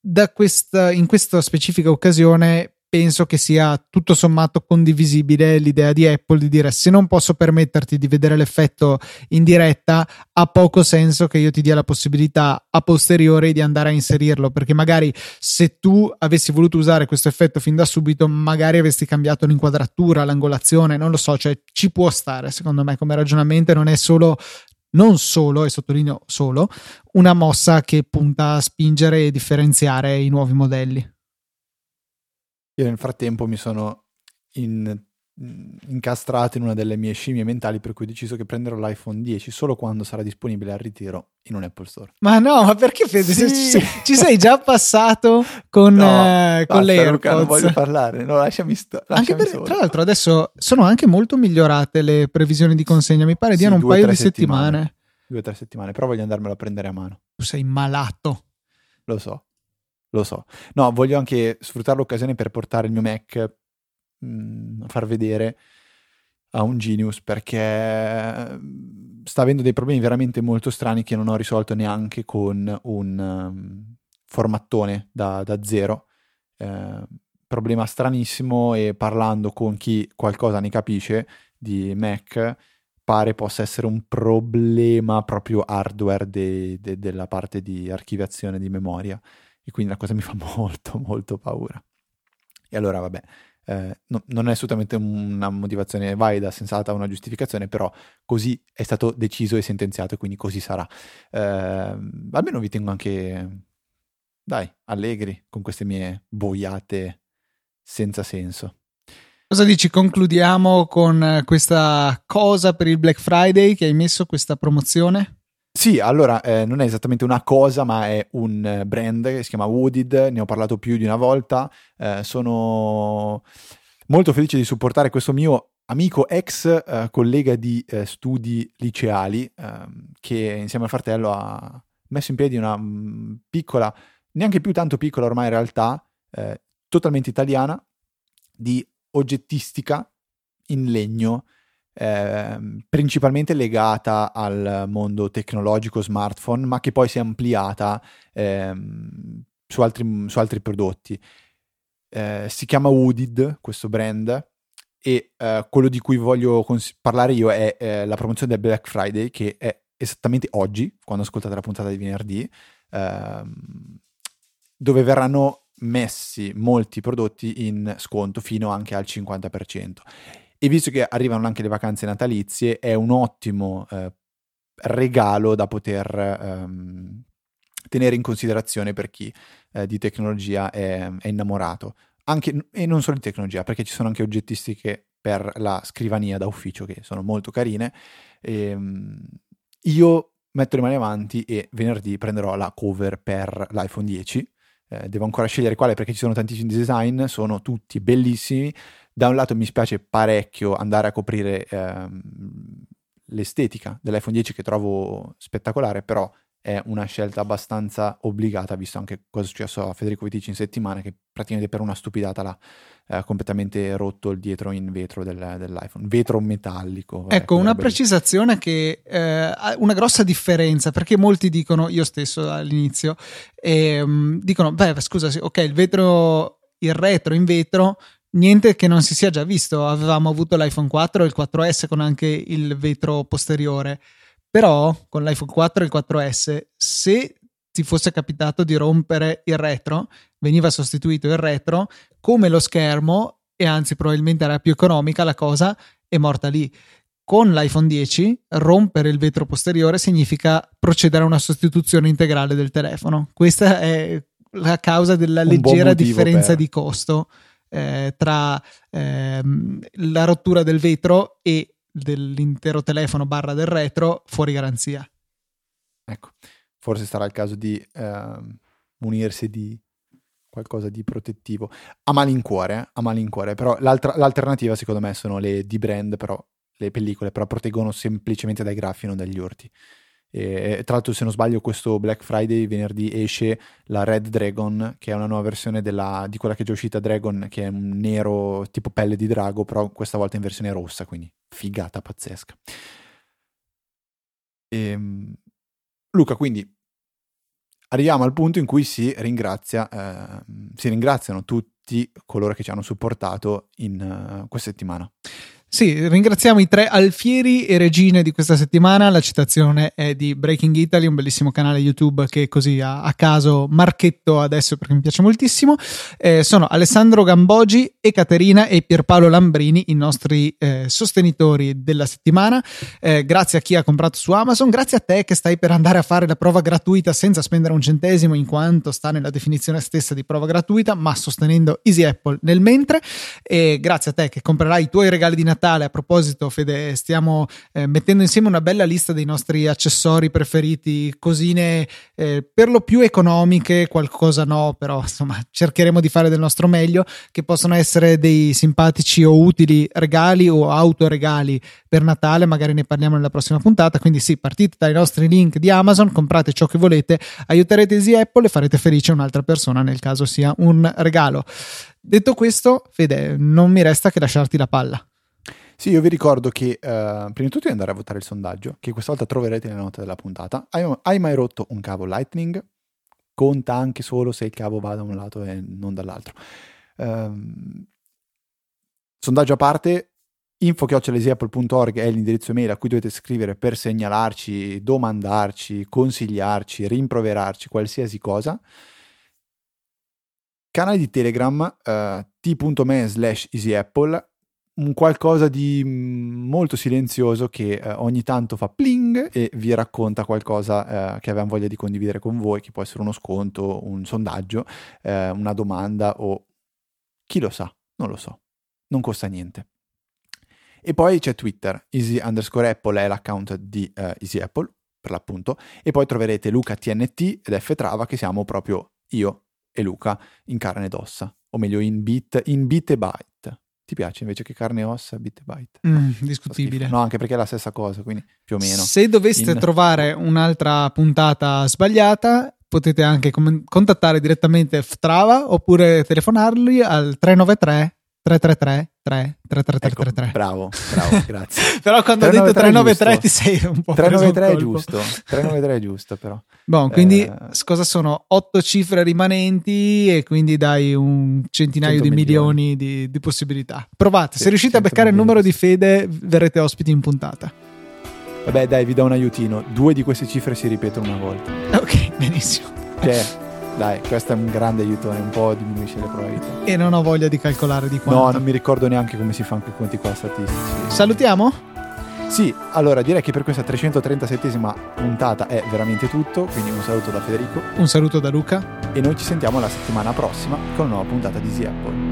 in questa specifica occasione penso che sia tutto sommato condivisibile l'idea di Apple di dire: se non posso permetterti di vedere l'effetto in diretta, ha poco senso che io ti dia la possibilità a posteriori di andare a inserirlo, perché magari se tu avessi voluto usare questo effetto fin da subito, magari avresti cambiato l'inquadratura, l'angolazione, non lo so, cioè ci può stare secondo me come ragionamento. Non solo, e sottolineo solo, una mossa che punta a spingere e differenziare i nuovi modelli. Io nel frattempo mi sono incastrato in una delle mie scimmie mentali, per cui ho deciso che prenderò l'iPhone 10 solo quando sarà disponibile al ritiro in un Apple Store. Ma no, ma perché Fede? Sì. Ci sei già passato con le AirPods? Luca, non voglio parlare, no, lasciami solo. Tra l'altro adesso sono anche molto migliorate le previsioni di consegna, mi pare diano un paio di settimane. 2 o 3 settimane, però voglio andarmelo a prendere a mano. Tu sei malato. Lo so. No, voglio anche sfruttare l'occasione per portare il mio Mac a far vedere a un Genius, perché sta avendo dei problemi veramente molto strani che non ho risolto neanche con un formattone da zero. Problema stranissimo, e parlando con chi qualcosa ne capisce di Mac pare possa essere un problema proprio hardware della parte di archiviazione di memoria, e quindi la cosa mi fa molto molto paura. E allora vabbè, non è assolutamente una motivazione valida, sensata, una giustificazione, però così è stato deciso e sentenziato, e quindi così sarà. Almeno vi tengo anche, dai, allegri con queste mie boiate senza senso. Cosa dici? Concludiamo con questa cosa per il Black Friday che hai messo, questa promozione? Sì, allora non è esattamente una cosa, ma è un brand che si chiama Wooded, ne ho parlato più di una volta. Sono molto felice di supportare questo mio amico ex collega di studi liceali, che insieme al fratello ha messo in piedi una piccola, neanche più tanto piccola ormai in realtà, totalmente italiana, di oggettistica in legno, principalmente legata al mondo tecnologico smartphone, ma che poi si è ampliata su altri prodotti. Si chiama Wooded questo brand, e quello di cui voglio parlare io è la promozione del Black Friday, che è esattamente oggi, quando ascoltate la puntata di venerdì, dove verranno messi molti prodotti in sconto fino anche al 50%. E visto che arrivano anche le vacanze natalizie, è un ottimo regalo da poter tenere in considerazione per chi di tecnologia è innamorato. Anche, e non solo di tecnologia, perché ci sono anche oggettistiche per la scrivania da ufficio che sono molto carine. Io metto le mani avanti e venerdì prenderò la cover per l'iPhone 10. Devo ancora scegliere quale, perché ci sono tantissimi design, sono tutti bellissimi. Da un lato mi spiace parecchio andare a coprire l'estetica dell'iPhone 10, che trovo spettacolare, però è una scelta abbastanza obbligata, visto anche cosa è successo a Federico Vitici in settimana, che praticamente per una stupidata l'ha completamente rotto il dietro in vetro dell'iPhone, vetro metallico. Vabbè, ecco, una precisazione che ha una grossa differenza, perché molti dicono, io stesso all'inizio, dicono, beh scusa, ok, il retro in vetro, niente che non si sia già visto, avevamo avuto l'iPhone 4 e il 4S con anche il vetro posteriore. Però con l'iPhone 4 e il 4S, se ti fosse capitato di rompere il retro, veniva sostituito il retro come lo schermo, e anzi probabilmente era più economica la cosa, è morta lì. Con l'iPhone 10 rompere il vetro posteriore significa procedere a una sostituzione integrale del telefono. Questa è la causa della leggera differenza di costo tra la rottura del vetro e dell'intero telefono / del retro fuori garanzia. Ecco, forse sarà il caso di munirsi di qualcosa di protettivo a malincuore, però l'alternativa secondo me sono le D-brand, però le pellicole, però proteggono semplicemente dai graffi, non dagli urti. E tra l'altro, se non sbaglio, questo Black Friday venerdì esce la Red Dragon, che è una nuova versione di quella che è già uscita, Dragon, che è un nero tipo pelle di drago, però questa volta in versione rossa, quindi figata pazzesca. Luca, quindi arriviamo al punto in cui si ringraziano tutti coloro che ci hanno supportato in questa settimana. Sì, ringraziamo i 3 alfieri e regine di questa settimana. La citazione è di Breaking Italy, un bellissimo canale YouTube che così a caso marchetto adesso perché mi piace moltissimo. Sono Alessandro Gambogi, Caterina e Pierpaolo Lambrini, i nostri sostenitori della settimana. Grazie a chi ha comprato su Amazon, grazie a te che stai per andare a fare la prova gratuita senza spendere un centesimo, in quanto sta nella definizione stessa di prova gratuita, ma sostenendo Easy Apple nel mentre. E grazie a te che comprerai i tuoi regali di Natale. A proposito, Fede, stiamo mettendo insieme una bella lista dei nostri accessori preferiti, cosine per lo più economiche, qualcosa no, però insomma cercheremo di fare del nostro meglio, che possono essere dei simpatici o utili regali o autoregali per Natale. Magari ne parliamo nella prossima puntata, quindi sì, partite dai nostri link di Amazon, comprate ciò che volete, aiuterete Easy Apple e farete felice un'altra persona nel caso sia un regalo. Detto questo, Fede, non mi resta che lasciarti la palla. Sì, io vi ricordo che prima di tutto di andare a votare il sondaggio, che questa volta troverete nelle note della puntata. Hai mai rotto un cavo Lightning? Conta anche solo se il cavo va da un lato e non dall'altro. Sondaggio a parte, info@easyapple.org è l'indirizzo email a cui dovete scrivere per segnalarci, domandarci, consigliarci, rimproverarci, qualsiasi cosa. Canale di Telegram, t.me/easyapple, un qualcosa di molto silenzioso che ogni tanto fa pling e vi racconta qualcosa che avevamo voglia di condividere con voi, che può essere uno sconto, un sondaggio, una domanda o chi lo sa, non lo so, non costa niente. E poi c'è Twitter, easy_apple è l'account di Easy Apple per l'appunto, e poi troverete Luca TNT ed F Trava, che siamo proprio io e Luca in carne ed ossa, o meglio in bit e byte. Ti piace invece che carne e ossa, bit e byte? Discutibile. No, anche perché è la stessa cosa, quindi più o meno. Se doveste trovare un'altra puntata sbagliata, potete anche contattare direttamente Ftrava oppure telefonargli al 393 333 33333. Ecco, bravo, grazie. Però quando ho detto 393 ti sei un po' 393 è giusto. 393 è giusto, però. Bon, quindi cosa sono 8 cifre rimanenti e quindi dai un centinaio di milioni di possibilità. Provate, sì, se riuscite a beccare il numero di Fede verrete ospiti in puntata. Vabbè, dai, vi do un aiutino. 2 di queste cifre si ripetono una volta. Ok, benissimo. Dai, questo è un grande aiutone, un po' diminuisce le probabilità. E non ho voglia di calcolare di quanto. No, non mi ricordo neanche come si fanno quei conti qua statistici. Salutiamo? Sì, allora direi che per questa 337esima puntata è veramente tutto, quindi un saluto da Federico. Un saluto da Luca. E noi ci sentiamo la settimana prossima con una nuova puntata di Easy Apple.